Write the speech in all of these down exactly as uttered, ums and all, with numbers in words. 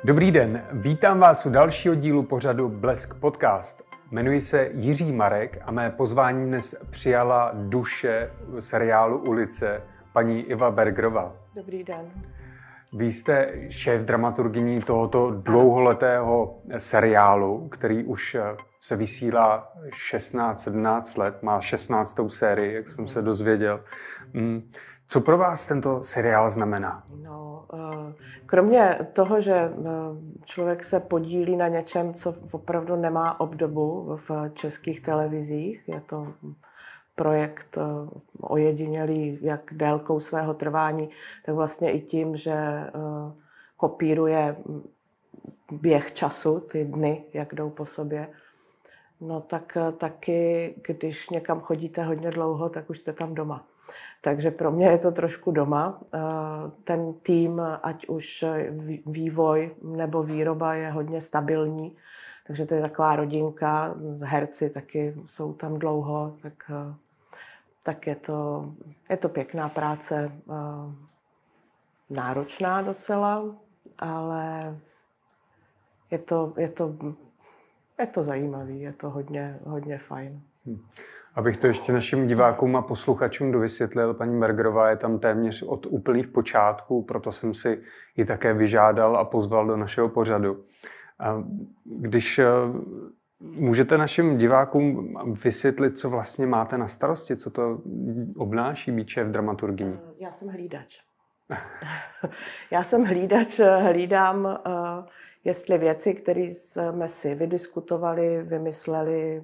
Dobrý den, vítám vás u dalšího dílu pořadu Blesk Podcast. Jmenuji se Jiří Marek a mé pozvání dnes přijala duše seriálu Ulice, paní Iva Bergerová. Dobrý den. Vy jste šéf dramaturgyní tohoto dlouholetého seriálu, který už se vysílá šestnáct sedmnáct let, má šestnáctou sérii, jak jsem se dozvěděl. Co pro vás tento seriál znamená? No, kromě toho, že člověk se podílí na něčem, co opravdu nemá obdobu v českých televizích, je to projekt ojedinělý jak délkou svého trvání, tak vlastně i tím, že kopíruje běh času, ty dny, jak jdou po sobě. No tak taky, když někam chodíte hodně dlouho, tak už jste tam doma. Takže pro mě je to trošku doma. Ten tým, ať už vývoj nebo výroba, je hodně stabilní. Takže to je taková rodinka, herci taky jsou tam dlouho, tak, tak je, to, je to pěkná práce, náročná docela, ale je to, je to, je to zajímavý, je to hodně, hodně fajn. Hmm. Abych to ještě našim divákům a posluchačům dovysvětlil, paní Bergerová je tam téměř od úplných počátků, proto jsem si ji také vyžádal a pozval do našeho pořadu. Když můžete našim divákům vysvětlit, co vlastně máte na starosti, co to obnáší být šéf dramaturgyní? Já jsem hlídač. Já jsem hlídač, hlídám, jestli věci, které jsme si vydiskutovali, vymysleli,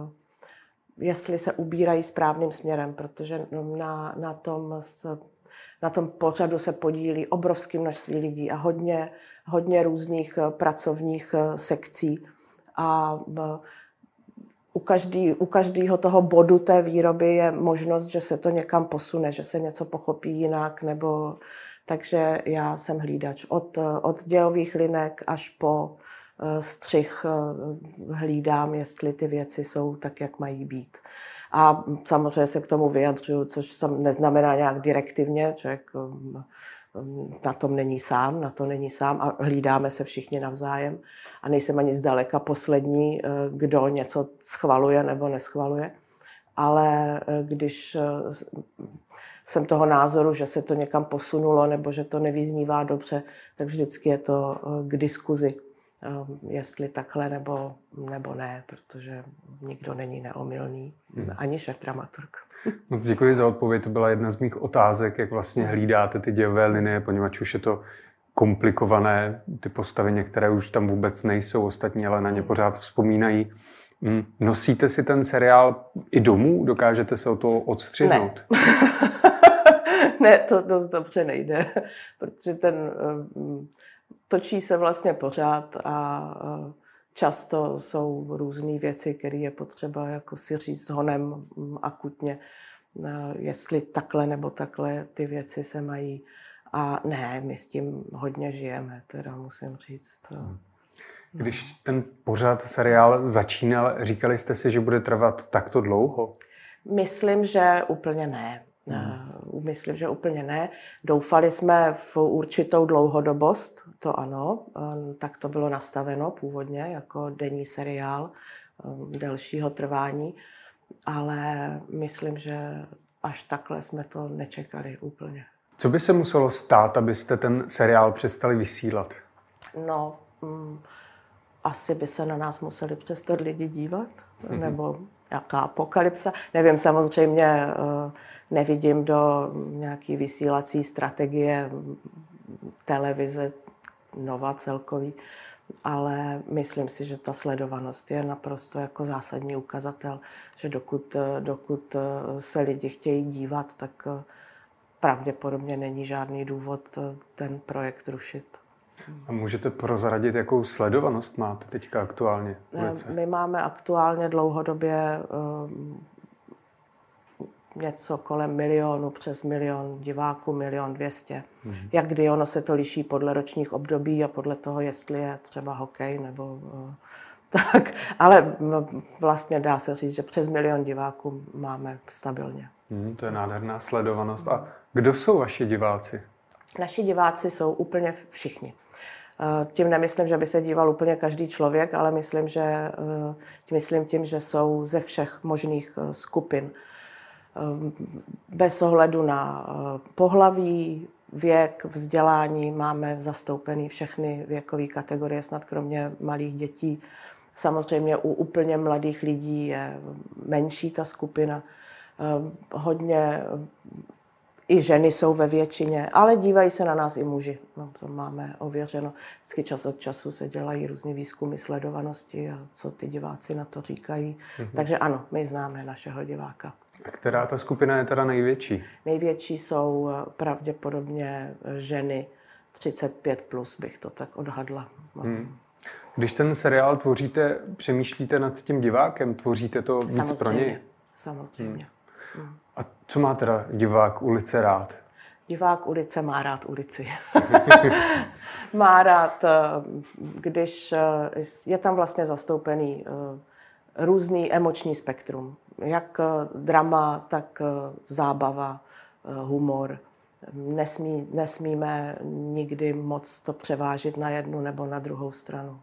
jestli se ubírají správným směrem, protože na, na, tom, na tom pořadu se podílí obrovské množství lidí a hodně, hodně různých pracovních sekcí. A u, každý, u každého toho bodu té výroby je možnost, že se to někam posune, že se něco pochopí jinak, nebo takže já jsem hlídač. Od, od dějových linek až po střih hlídám, jestli ty věci jsou tak, jak mají být. A samozřejmě se k tomu vyjadřuju, což neznamená nějak direktivně, člověk na tom není sám, na to není sám a hlídáme se všichni navzájem. A nejsem ani zdaleka poslední, kdo něco schvaluje nebo neschvaluje. Ale když jsem toho názoru, že se to někam posunulo nebo že to nevyznívá dobře, tak vždycky je to k diskuzi. Jestli takhle nebo, nebo ne, protože nikdo není neomylný, hmm. ani šéf dramaturg. Moc děkuji za odpověď, to byla jedna z mých otázek, jak vlastně hlídáte ty dějové linie, poněvadž už je to komplikované, ty postavy některé už tam vůbec nejsou, ostatní ale na ně pořád vzpomínají. Nosíte si ten seriál i domů? Dokážete se o to odstřihnout? Ne. Ne, to dost dobře nejde, protože ten točí se vlastně pořád a často jsou různé věci, které je potřeba jako si říct honem akutně, jestli takhle nebo takhle ty věci se mají. A ne, my s tím hodně žijeme, teda musím říct. Když ten pořad, seriál začínal, říkali jste si, že bude trvat takto dlouho? Myslím, že úplně ne. Hmm. Myslím, že úplně ne. Doufali jsme v určitou dlouhodobost, to ano, tak to bylo nastaveno původně jako denní seriál delšího trvání, ale myslím, že až takhle jsme to nečekali úplně. Co by se muselo stát, abyste ten seriál přestali vysílat? No, mm, asi by se na nás museli přestat lidi dívat, hmm. nebo jaká apokalypsa. Nevím, samozřejmě nevidím do nějaký vysílací strategie televize Nova celkový, ale myslím si, že ta sledovanost je naprosto jako zásadní ukazatel, že dokud, dokud se lidi chtějí dívat, tak pravděpodobně není žádný důvod ten projekt rušit. A můžete prozradit, jakou sledovanost máte teďka aktuálně? Ulice? My máme aktuálně dlouhodobě um, něco kolem milionu, přes milion diváků, milion dvěstě. Mm-hmm. Jak kdy ono se to liší podle ročních období a podle toho, jestli je třeba hokej nebo uh, tak. Ale vlastně dá se říct, že přes milion diváků máme stabilně. Mm, to je nádherná sledovanost. A kdo jsou vaši diváci? Naši diváci jsou úplně všichni. Tím nemyslím, že by se díval úplně každý člověk, ale myslím, že, myslím tím, že jsou ze všech možných skupin. Bez ohledu na pohlaví, věk, vzdělání máme zastoupený všechny věkové kategorie, snad kromě malých dětí. Samozřejmě u úplně mladých lidí je menší ta skupina. Hodně i ženy jsou ve většině, ale dívají se na nás i muži. No, to máme ověřeno. Vždycky čas od času se dělají různé výzkumy sledovanosti a co ty diváci na to říkají. Mm-hmm. Takže ano, my známe našeho diváka. A která ta skupina je teda největší? Největší jsou pravděpodobně ženy třicet pět plus, bych to tak odhadla. No. Hmm. Když ten seriál tvoříte, přemýšlíte nad tím divákem? Tvoříte to víc samozřejmě, pro něj? Samozřejmě. Hmm. Hmm. A co má teda divák ulice rád? Divák ulice má rád ulici. Má rád, když je tam vlastně zastoupený různý emoční spektrum. Jak drama, tak zábava, humor. Nesmí, nesmíme nikdy moc to převážit na jednu nebo na druhou stranu.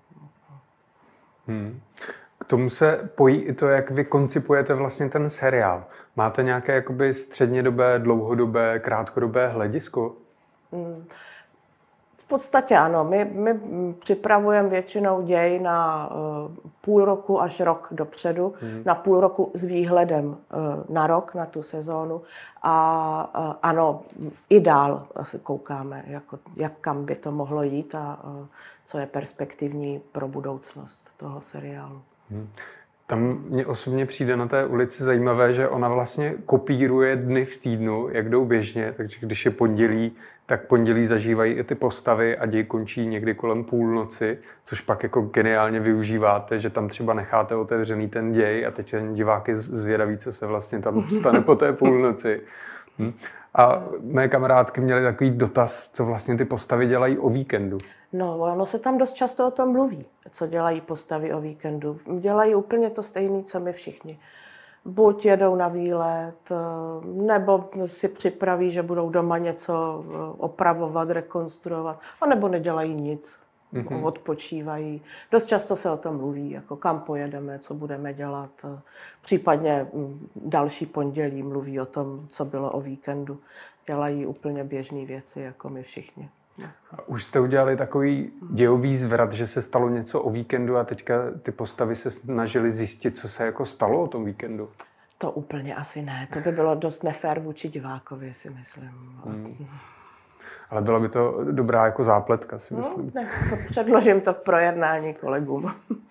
Hmm. K tomu se pojí i to, jak vy koncipujete vlastně ten seriál. Máte nějaké jakoby střednědobé, dlouhodobé, krátkodobé hledisko? Hmm. V podstatě ano. My, my připravujeme většinou děj na uh, půl roku až rok dopředu, hmm. na půl roku s výhledem uh, na rok, na tu sezónu. A uh, ano, i dál asi koukáme, jako, jak kam by to mohlo jít a uh, co je perspektivní pro budoucnost toho seriálu. Hmm. Tam mně osobně přijde na té ulici zajímavé, že ona vlastně kopíruje dny v týdnu, jak jdou běžně, takže když je pondělí, tak pondělí zažívají i ty postavy a děj končí někdy kolem půlnoci, což pak jako geniálně využíváte, že tam třeba necháte otevřený ten děj a teď ten divák je zvědavý, co se vlastně tam stane po té půlnoci. Hm. A mé kamarádky měly takový dotaz, co vlastně ty postavy dělají o víkendu. No, ono se tam dost často o tom mluví, co dělají postavy o víkendu. Dělají úplně to stejné, co my všichni. Buď jedou na výlet, nebo si připraví, že budou doma něco opravovat, rekonstruovat, anebo nedělají nic, mm-hmm. odpočívají. Dost často se o tom mluví, jako kam pojedeme, co budeme dělat. Případně další pondělí mluví o tom, co bylo o víkendu. Dělají úplně běžné věci, jako my všichni. A už jste udělali takový dějový zvrat, že se stalo něco o víkendu a teďka ty postavy se snažily zjistit, co se jako stalo o tom víkendu? To úplně asi ne. To by bylo dost nefér vůči divákovi, si myslím. Hmm. Ale byla by to dobrá jako zápletka, si myslím. No, ne, předložím to k projednání kolegům.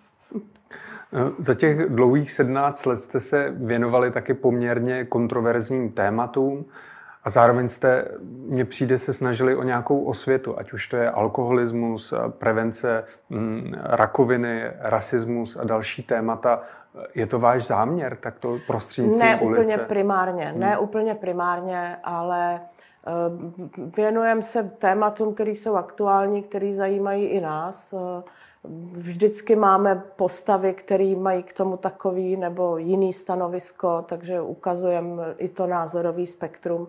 Za těch dlouhých sedmnáct let jste se věnovali taky poměrně kontroverzním tématům. A zároveň jste, mně přijde, se snažili o nějakou osvětu, ať už to je alkoholismus, prevence rakoviny, rasismus a další témata. Je to váš záměr, tak to prostřednictvím ne ulice? Úplně primárně, hmm. Ne úplně primárně, ale věnujeme se tématům, které jsou aktuální, které zajímají i nás. Vždycky máme postavy, které mají k tomu takový nebo jiný stanovisko, takže ukazujeme i to názorový spektrum.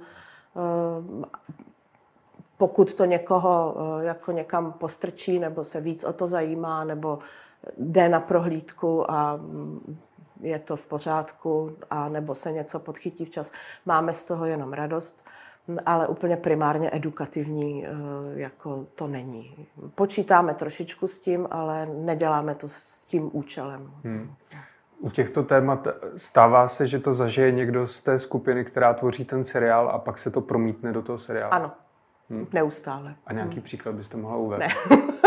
Pokud to někoho jako někam postrčí, nebo se víc o to zajímá, nebo jde na prohlídku a je to v pořádku, a nebo se něco podchytí včas, máme z toho jenom radost, ale úplně primárně edukativní jako to není. Počítáme trošičku s tím, ale neděláme to s tím účelem. Hmm. U těchto témat stává se, že to zažije někdo z té skupiny, která tvoří ten seriál a pak se to promítne do toho seriálu? Ano, hmm. neustále. A nějaký hmm. příklad byste mohla uvést? Ne.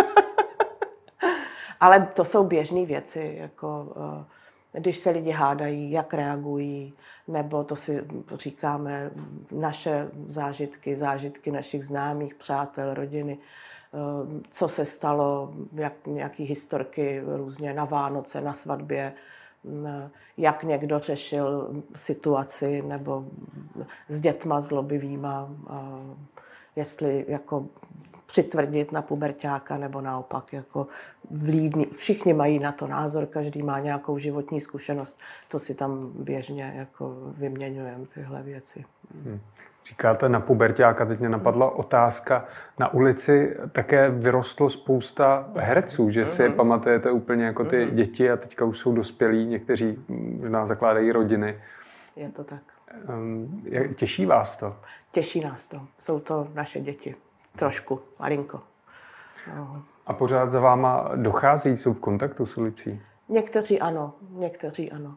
Ale to jsou běžné věci, jako když se lidi hádají, jak reagují, nebo to si říkáme naše zážitky, zážitky našich známých, přátel, rodiny, co se stalo, jak, nějaký historky různě na Vánoce, na svatbě, jak někdo řešil situaci nebo s dětma zlobivýma, jestli jako přitvrdit na puberťáka nebo naopak jako vlídný. Všichni mají na to názor, každý má nějakou životní zkušenost. To si tam běžně jako vyměňujeme tyhle věci. Hmm. Říkáte na puberťáka, teď mě napadla otázka. Na ulici také vyrostlo spousta herců, že si je pamatujete úplně jako ty děti a teďka už jsou dospělí, někteří možná zakládají rodiny. Je to tak. Těší vás to? Těší nás to. Jsou to naše děti. Trošku, malinko. No. A pořád za váma dochází, jsou v kontaktu s ulicí? Někteří ano, někteří ano.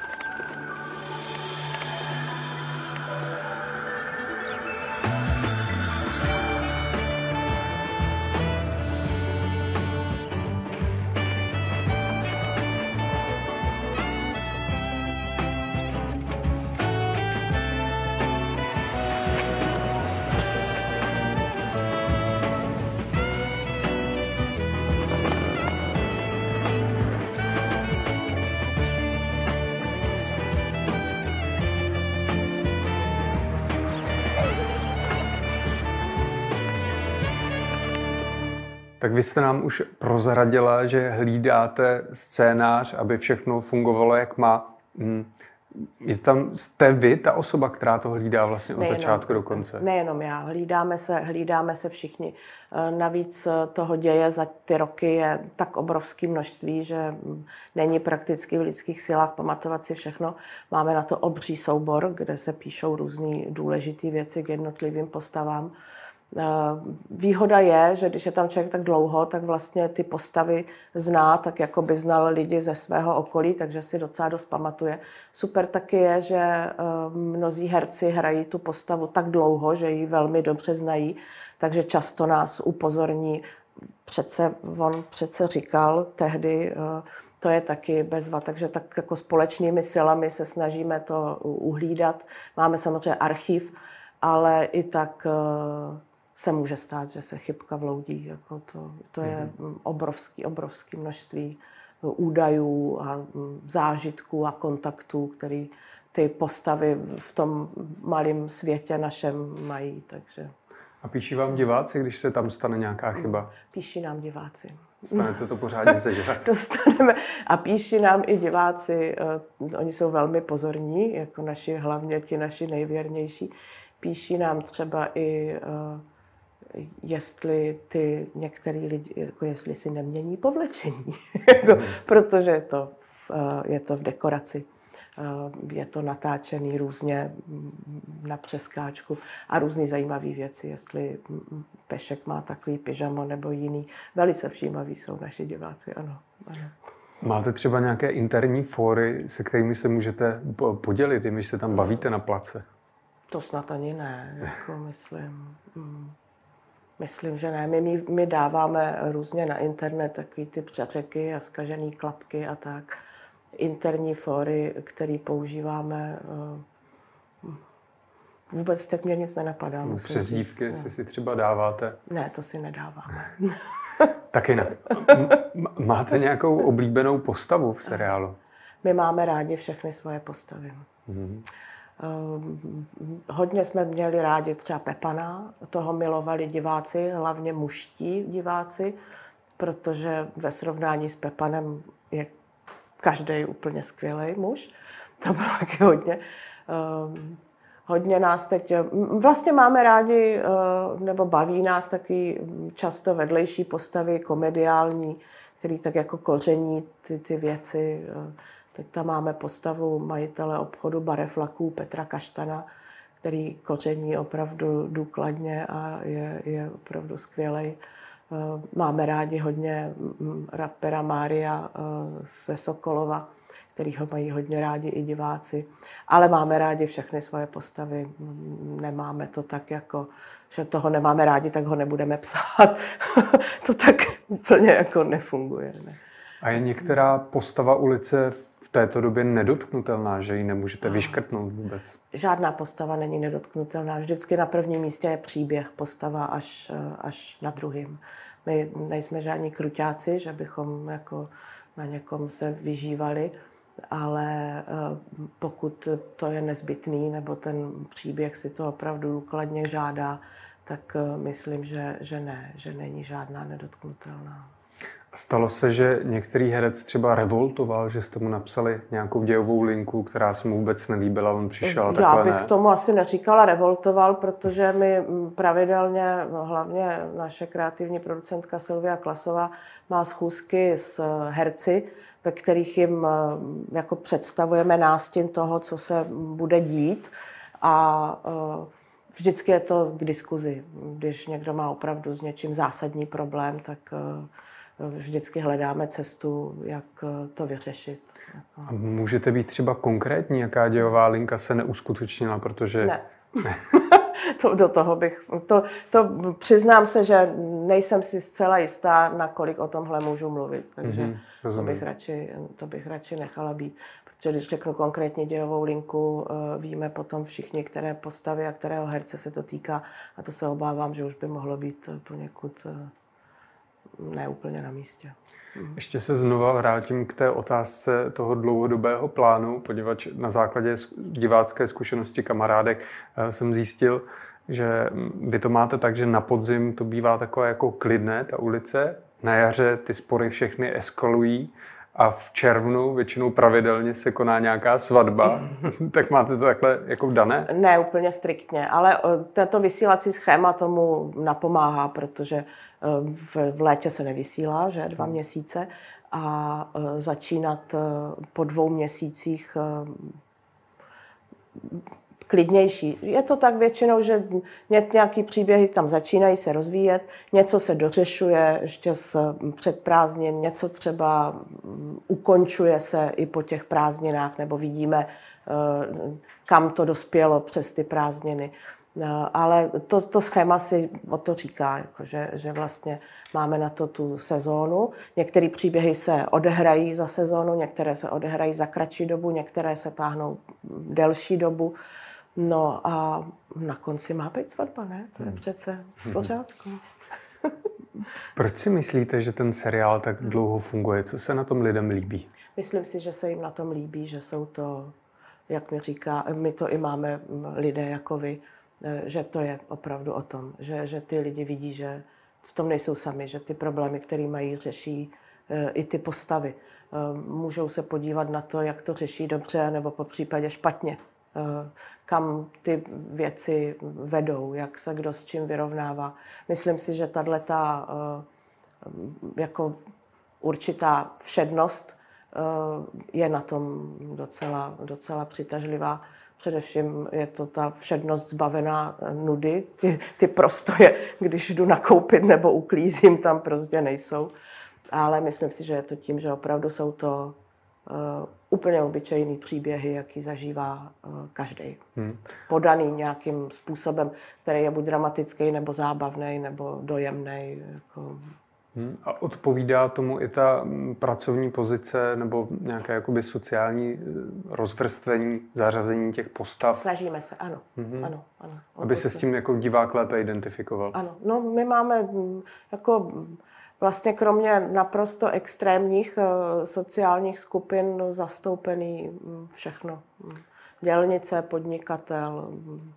Tak vy jste nám už prozradila, že hlídáte scénář, aby všechno fungovalo, jak má. Je tam, jste vy ta osoba, která to hlídá vlastně od nejenom, začátku do konce? Nejenom já, hlídáme se, hlídáme se všichni. Navíc toho děje za ty roky je tak obrovské množství, že není prakticky v lidských silách pamatovat si všechno. Máme na to obří soubor, kde se píšou různé důležité věci k jednotlivým postavám. Výhoda je, že když je tam člověk tak dlouho, tak vlastně ty postavy zná, tak jako by znal lidi ze svého okolí, takže si docela dost pamatuje. Super taky je, že mnozí herci hrají tu postavu tak dlouho, že ji velmi dobře znají, takže často nás upozorní. Přece, on přece říkal tehdy, to je taky bezva, takže tak jako společnými silami se snažíme to uhlídat. Máme samozřejmě archiv, ale i tak se může stát, že se chybka vloudí. Jako to, to je obrovský, obrovský množství údajů a zážitků a kontaktů, který ty postavy v tom malém světě našem mají. Takže. A píší vám diváci, když se tam stane nějaká chyba? Píší nám diváci. Dostanete to pořádně zažívat? Dostaneme. A píší nám i diváci. Oni jsou velmi pozorní, jako naši, hlavně ti naši nejvěrnější. Píší nám třeba i jestli ty některý lidi, jako jestli si nemění povlečení, jako, protože je to, v, je to v dekoraci, je to natáčený různě na přeskáčku a různý zajímavé věci, jestli Pešek má takový pyžamo nebo jiný. Velice všímaví jsou naši diváci, ano. ano. Máte třeba nějaké interní fóry, se kterými se můžete podělit, když se tam bavíte na place? To snad ani ne, jako myslím. Myslím, že ne. My, my dáváme různě na internet takový ty přeřeky a zkažený klapky a tak. Interní fóry, které používáme. Vůbec teď mě nic nenapadá. Přezdívky říct, si si třeba dáváte? Ne, to si nedáváme. Tak jinak. Máte nějakou oblíbenou postavu v seriálu? My máme rádi všechny svoje postavy. Mm-hmm. Hodně jsme měli rádi třeba Pepana, toho milovali diváci, hlavně mužští diváci, protože ve srovnání s Pepanem je každý úplně skvělý muž. To bylo taky hodně. Hodně nás teď, vlastně máme rádi, nebo baví nás taky často vedlejší postavy, komediální, který tak jako koření ty, ty věci. Teď tam máme postavu majitele obchodu barev laků Petra Kaštana, který koření opravdu důkladně a je, je opravdu skvělej. Máme rádi hodně rapera Mária ze Sokolova, kterýho mají hodně rádi i diváci. Ale máme rádi všechny svoje postavy. Nemáme to tak jako, že toho nemáme rádi, tak ho nebudeme psát. To tak úplně jako nefunguje. Ne? A je některá postava ulice v této době nedotknutelná, že ji nemůžete vyškrtnout vůbec? Žádná postava není nedotknutelná. Vždycky na prvním místě je příběh, postava až, až na druhém. My nejsme žádní kruťáci, že bychom jako na někom se vyžívali, ale pokud to je nezbytný, nebo ten příběh si to opravdu důkladně žádá, tak myslím, že, že ne, že není žádná nedotknutelná. Stalo se, že některý herec třeba revoltoval, že jste mu napsali nějakou dějovou linku, která se mu vůbec nelíbila, on přišel a takhle Já bych ne? tomu asi neříkala revoltoval, protože my pravidelně, hlavně naše kreativní producentka Silvia Klasová má schůzky s herci, ve kterých jim jako představujeme nástin toho, co se bude dít. A vždycky je to k diskuzi. Když někdo má opravdu s něčím zásadní problém, tak vždycky hledáme cestu, jak to vyřešit. A můžete být třeba konkrétní, jaká dějová linka se neuskutečnila, protože... Ne. ne. to, do toho bych... To, to přiznám se, že nejsem si zcela jistá, nakolik o tomhle můžu mluvit. Takže mm-hmm, to, bych radši, to bych radši nechala být. Protože když řeknu konkrétně dějovou linku, víme potom všichni, které postavy a kterého herce se to týká. A to se obávám, že už by mohlo být poněkud ne úplně na místě. Ještě se znova vrátím k té otázce toho dlouhodobého plánu, poněvadž na základě divácké zkušenosti kamarádek jsem zjistil, že vy to máte tak, že na podzim to bývá takové jako klidné, ta ulice, na jaře ty spory všechny eskalují a v červnu většinou pravidelně se koná nějaká svatba. Tak máte to takhle jako dané? Ne úplně striktně, ale tato vysílací schéma tomu napomáhá, protože v létě se nevysílá, že dva měsíce, a začínat po dvou měsících klidnější. Je to tak většinou, že nějaký příběhy tam začínají se rozvíjet, něco se dořešuje ještě z předprázdnin, něco třeba ukončuje se i po těch prázdninách, nebo vidíme, kam to dospělo přes ty prázdniny. Ale to, to schéma si o to říká, jako že, že vlastně máme na to tu sezónu. Některé příběhy se odehrají za sezónu, některé se odehrají za kratší dobu, některé se táhnou delší dobu. No a na konci má být svatba, ne? To je přece v pořádku. Proč si myslíte, že ten seriál tak dlouho funguje? Co se na tom lidem líbí? Myslím si, že se jim na tom líbí, že jsou to, jak mi říká, my to i máme lidé jako vy, že to je opravdu o tom, že, že ty lidi vidí, že v tom nejsou sami, že ty problémy, které mají, řeší i ty postavy. Můžou se podívat na to, jak to řeší dobře nebo po případě špatně. Kam ty věci vedou, jak se kdo s čím vyrovnává. Myslím si, že tato jako určitá všednost je na tom docela, docela přitažlivá. Především je to ta všednost zbavená nudy. Ty, ty prostoje, když jdu nakoupit nebo uklízím, tam prostě nejsou. Ale myslím si, že je to tím, že opravdu jsou to uh, úplně obyčejný příběhy, jaký zažívá uh, každý. Hmm. Podaný nějakým způsobem, který je buď dramatický, nebo zábavný, nebo dojemný. Jako... Hmm. A odpovídá tomu i ta pracovní pozice nebo nějaké jakoby sociální rozvrstvení, zařazení těch postav? Snažíme se, ano. Hmm. ano, ano. Aby se s tím jako divák lépe identifikoval. Ano, no my máme jako vlastně kromě naprosto extrémních sociálních skupin zastoupený všechno. Dělnice, podnikatel,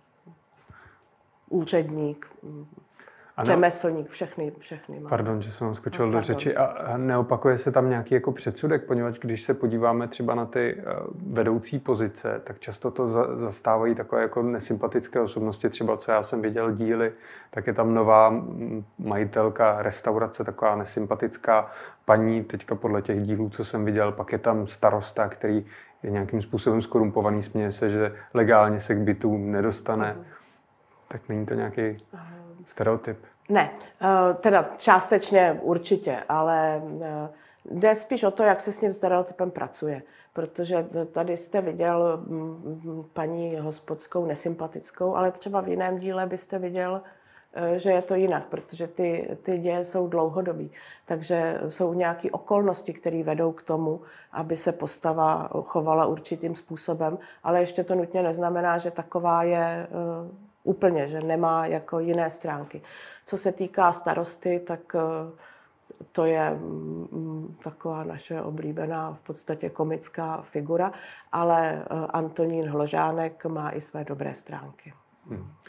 úředník, ano. Řemeslník, všechny, všechny máme. Pardon, že jsem vám skočil no, do řeči. A neopakuje se tam nějaký jako předsudek, poněvadž když se podíváme třeba na ty vedoucí pozice, tak často to za, zastávají takové jako nesympatické osobnosti. Třeba co já jsem viděl díly, tak je tam nová majitelka restaurace, taková nesympatická paní, teďka podle těch dílů, co jsem viděl, pak je tam starosta, který je nějakým způsobem skorumpovaný, směje se, že legálně se k bytům nedostane. Mm. Tak není to nějaký stereotyp? Ne, teda částečně určitě, ale jde spíš o to, jak se s tím stereotypem pracuje. Protože tady jste viděl paní hospodskou nesympatickou, ale třeba v jiném díle byste viděl, že je to jinak, protože ty, ty děje jsou dlouhodobí. Takže jsou nějaké okolnosti, které vedou k tomu, aby se postava chovala určitým způsobem, ale ještě to nutně neznamená, že taková je úplně, že nemá jako jiné stránky. Co se týká starosty, tak to je taková naše oblíbená, v podstatě komická figura, ale Antonín Hložánek má i své dobré stránky. Hmm.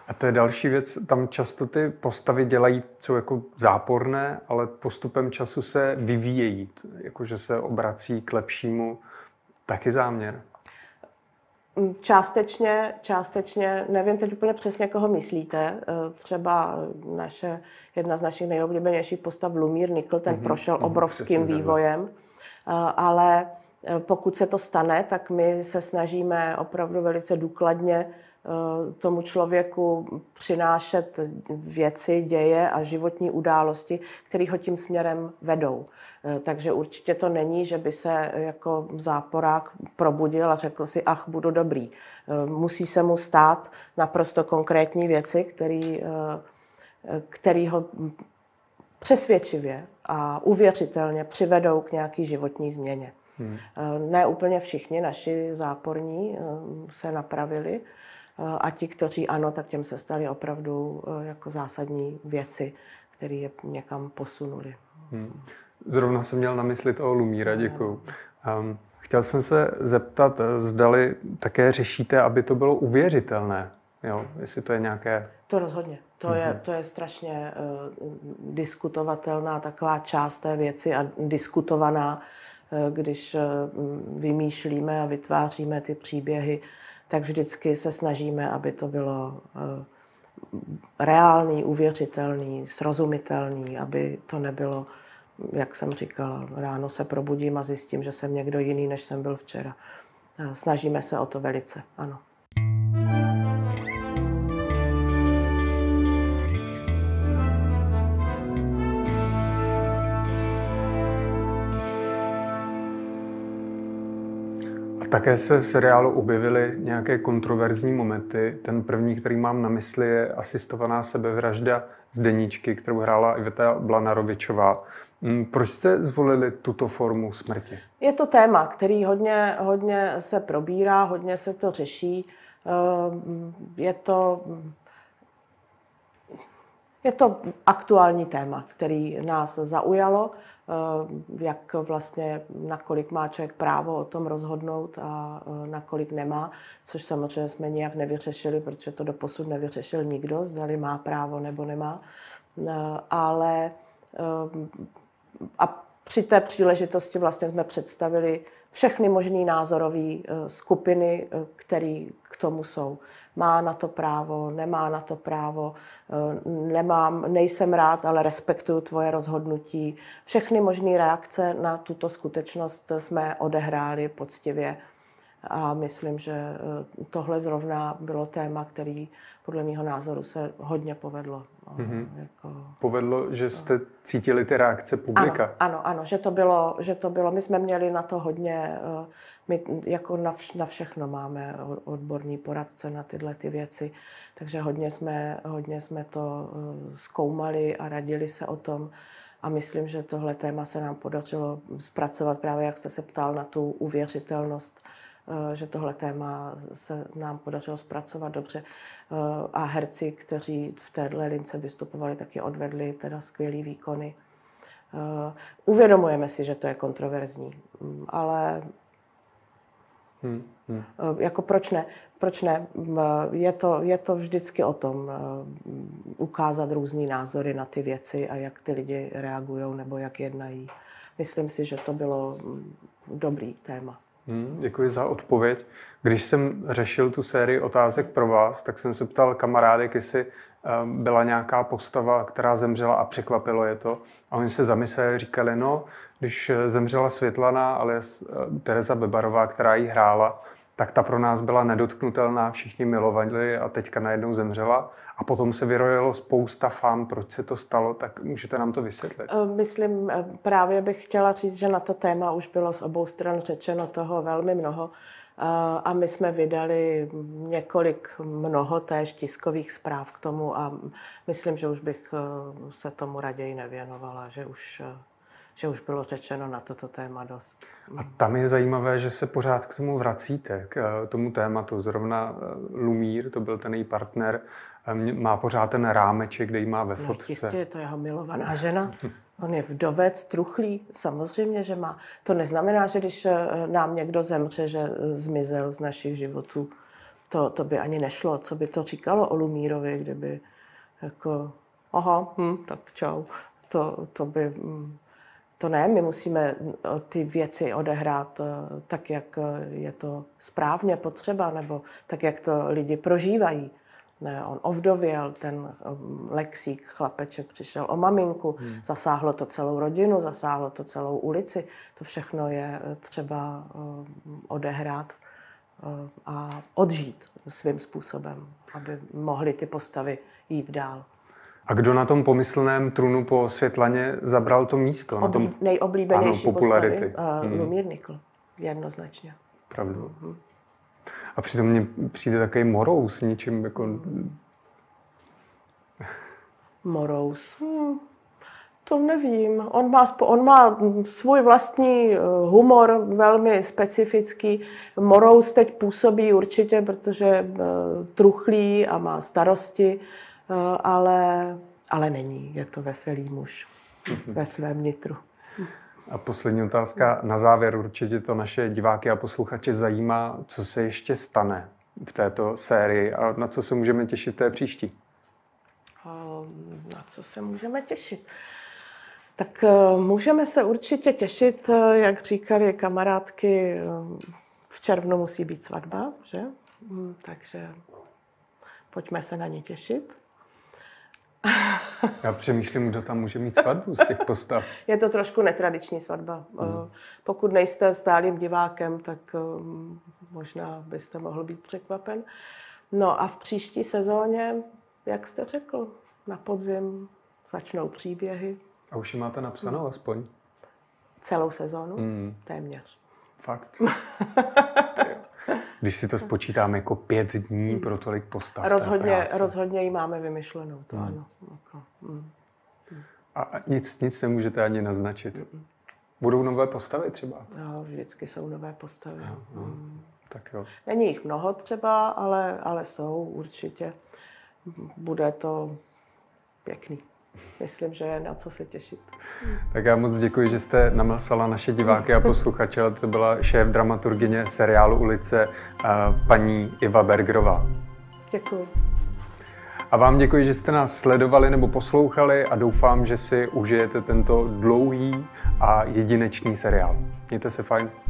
A to je další věc, tam často ty postavy dělají, co jako záporné, ale postupem času se vyvíjejí, jakože se obrací k lepšímu. Taky záměr? Částečně, částečně, nevím teď úplně přesně, koho myslíte. Třeba naše, jedna z našich nejoblíbenějších postav, Lumír Nikl, ten mm-hmm, prošel mm-hmm, obrovským vývojem, ale pokud se to stane, tak my se snažíme opravdu velice důkladně tomu člověku přinášet věci, děje a životní události, které ho tím směrem vedou. Takže určitě to není, že by se jako záporák probudil a řekl si, ach, budu dobrý. Musí se mu stát naprosto konkrétní věci, který, který ho přesvědčivě a uvěřitelně přivedou k nějaký životní změně. Hmm. Ne úplně všichni naši záporní se napravili, a ti, kteří ano, tak těm se staly opravdu jako zásadní věci, které je někam posunuli. Hmm. Zrovna jsem měl na mysli toho Lumíra, děkuju. Um, chtěl jsem se zeptat, zdali také řešíte, aby to bylo uvěřitelné. Jo, jestli to je nějaké... To rozhodně. To, mm-hmm. je, to je strašně uh, diskutovatelná taková část té věci a diskutovaná, uh, když uh, vymýšlíme a vytváříme ty příběhy, tak vždycky se snažíme, aby to bylo uh, reálný, uvěřitelný, srozumitelný, aby to nebylo, jak jsem říkala, ráno se probudím a zjistím, že jsem někdo jiný, než jsem byl včera. Uh, snažíme se o to velice, ano. Také se v seriálu objevily nějaké kontroverzní momenty. Ten první, který mám na mysli, je asistovaná sebevražda Zdeníčky, kterou hrála Iveta Blanarovičová. Proč jste zvolili tuto formu smrti? Je to téma, který hodně, hodně se probírá, hodně se to řeší. Je to, je to aktuální téma, který nás zaujalo. Jak vlastně, nakolik má člověk právo o tom rozhodnout a nakolik nemá, což samozřejmě jsme nijak nevyřešili, protože to doposud nevyřešil nikdo, zdali má právo nebo nemá. Ale a při té příležitosti vlastně jsme představili všechny možné názorové skupiny, které k tomu jsou. Má na to právo, nemá na to právo, nemám, nejsem rád, ale respektuju tvoje rozhodnutí. Všechny možné reakce na tuto skutečnost jsme odehráli poctivě a myslím, že tohle zrovna bylo téma, který podle mého názoru se hodně povedlo. Mm-hmm. Jako... Povedlo, že jste cítili ty reakce publika? Ano, ano, ano, že to bylo, že to bylo. My jsme měli na to hodně, my jako na, vš, na všechno máme odborní poradce na tyhle ty věci, takže hodně jsme, hodně jsme to zkoumali a radili se o tom. A myslím, že tohle téma se nám podařilo zpracovat právě, jak jste se ptal na tu uvěřitelnost, že tohle téma se nám podařilo zpracovat dobře. A herci, kteří v téhle lince vystupovali, taky odvedli teda skvělý výkony. Uvědomujeme si, že to je kontroverzní, ale hmm, hmm. jako proč ne? Proč ne? Je to, je to vždycky o tom ukázat různý názory na ty věci a jak ty lidi reagují nebo jak jednají. Myslím si, že to bylo dobrý téma. Hmm, děkuji za odpověď. Když jsem řešil tu sérii otázek pro vás, tak jsem se ptal kamarádek, jestli byla nějaká postava, která zemřela a překvapilo je to. A oni se zamysleli, říkali, no, když zemřela Světlana, ale Tereza Bebarová, která jí hrála, tak ta pro nás byla nedotknutelná, všichni milovali a teďka najednou zemřela. A potom se vyrojilo spousta fám, proč se to stalo, tak můžete nám to vysvětlit? Myslím, právě bych chtěla říct, že na to téma už bylo z obou stran řečeno toho velmi mnoho. A my jsme vydali několik mnoho též tiskových zpráv k tomu a myslím, že už bych se tomu raději nevěnovala, že už, že už bylo řečeno na toto téma dost. A tam je zajímavé, že se pořád k tomu vracíte, k tomu tématu. Zrovna Lumír, to byl ten její partner, má pořád ten rámeček, kde jí má ve fotce. Jistě, je to jeho milovaná žena. On je vdovec, truchlý, samozřejmě, že má. To neznamená, že když nám někdo zemře, že zmizel z našich životů. To, to by ani nešlo. Co by to říkalo o Lumírovi, kdyby jako, aha, hm, tak čau. To, to by, to ne, my musíme ty věci odehrát tak, jak je to správně potřeba, nebo tak, jak to lidi prožívají. Ne, on ovdověl, ten Lexík, chlapeček, přišel o maminku, hmm. zasáhlo to celou rodinu, zasáhlo to celou ulici. To všechno je třeba odehrát a odžít svým způsobem, aby mohly ty postavy jít dál. A kdo na tom pomyslném trůnu po Světlaně zabral to místo? Oblí, na tom, nejoblíbenější ano, postavy? Hmm. Lumír Nikl, jednoznačně. Pravdu. Hmm. A přitom mně přijde takový morous ničím jako... Morous? Hmm. To nevím. On má, on má svůj vlastní humor, velmi specifický. Morous teď působí určitě, protože truchlí a má starosti, ale, ale není. Je to veselý muž ve svém nitru. A poslední otázka. Na závěr určitě to naše diváky a posluchače zajímá, co se ještě stane v této sérii a na co se můžeme těšit té příští. Na co se můžeme těšit? Tak můžeme se určitě těšit, jak říkali kamarádky, v červnu musí být svatba, že? Takže pojďme se na ní těšit. Já přemýšlím, kdo tam může mít svatbu z těch postav. Je to trošku netradiční svatba. Hmm. Pokud nejste stálým divákem, tak možná byste mohl být překvapen. No a v příští sezóně, jak jste řekl, na podzim začnou příběhy. A už ji máte napsanou hmm. aspoň? Celou sezónu? Hmm. Téměř. Fakt? Když si to spočítáme jako pět dní hmm. pro tolik postav. Rozhodně, rozhodně ji máme vymyšlenou, to hmm. ano. Jako, hmm. A nic, nic nemůžete ani naznačit? Hmm. Budou nové postavy třeba? No, vždycky jsou nové postavy. No, no. Hmm. Tak jo. Není jich mnoho třeba, ale, ale jsou určitě. Bude to pěkný. Myslím, že je na co se těšit. Tak já moc děkuji, že jste namlsala naše diváky a posluchače. To byla šéf dramaturgyně seriálu Ulice, paní Iva Bergerová. Děkuji. A vám děkuji, že jste nás sledovali nebo poslouchali a doufám, že si užijete tento dlouhý a jedinečný seriál. Mějte se fajn.